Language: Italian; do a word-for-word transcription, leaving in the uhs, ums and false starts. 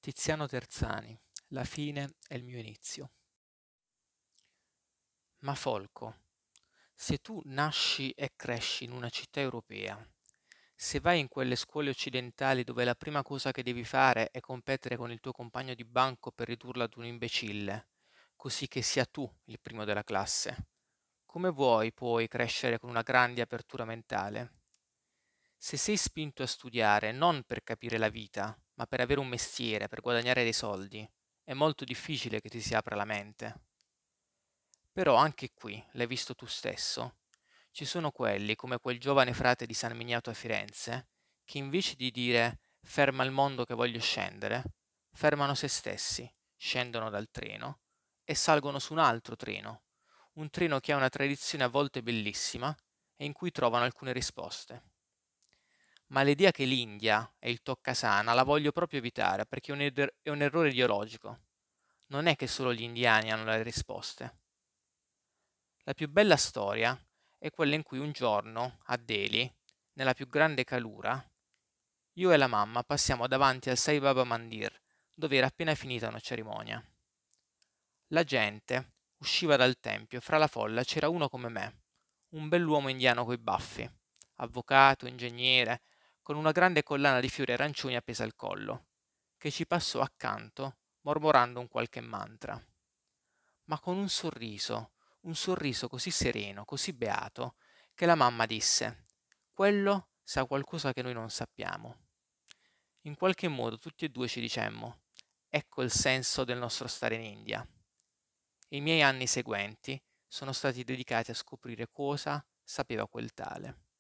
Tiziano Terzani, La fine è il mio inizio. Ma Folco, se tu nasci e cresci in una città europea, se vai in quelle scuole occidentali dove la prima cosa che devi fare è competere con il tuo compagno di banco per ridurlo ad un imbecille, così che sia tu il primo della classe, come vuoi poi crescere con una grande apertura mentale? Se sei spinto a studiare non per capire la vita, ma per avere un mestiere, per guadagnare dei soldi, è molto difficile che ti si apra la mente. Però anche qui, l'hai visto tu stesso, ci sono quelli, come quel giovane frate di San Miniato a Firenze, che invece di dire ferma il mondo che voglio scendere, fermano se stessi, scendono dal treno e salgono su un altro treno, un treno che ha una tradizione a volte bellissima e in cui trovano alcune risposte. Ma l'idea che l'India è il toccasana la voglio proprio evitare perché è un, ed- è un errore ideologico. Non è che solo gli indiani hanno le risposte. La più bella storia è quella in cui un giorno, a Delhi, nella più grande calura, io e la mamma passiamo davanti al Sai Baba Mandir, dove era appena finita una cerimonia. La gente usciva dal tempio e fra la folla c'era uno come me, un bell'uomo indiano coi baffi, avvocato, ingegnere, con una grande collana di fiori arancioni appesa al collo, che ci passò accanto, mormorando un qualche mantra, ma con un sorriso, un sorriso così sereno, così beato, che la mamma disse: Quello sa qualcosa che noi non sappiamo. In qualche modo tutti e due ci dicemmo: Ecco il senso del nostro stare in India. I miei anni seguenti sono stati dedicati a scoprire cosa sapeva quel tale.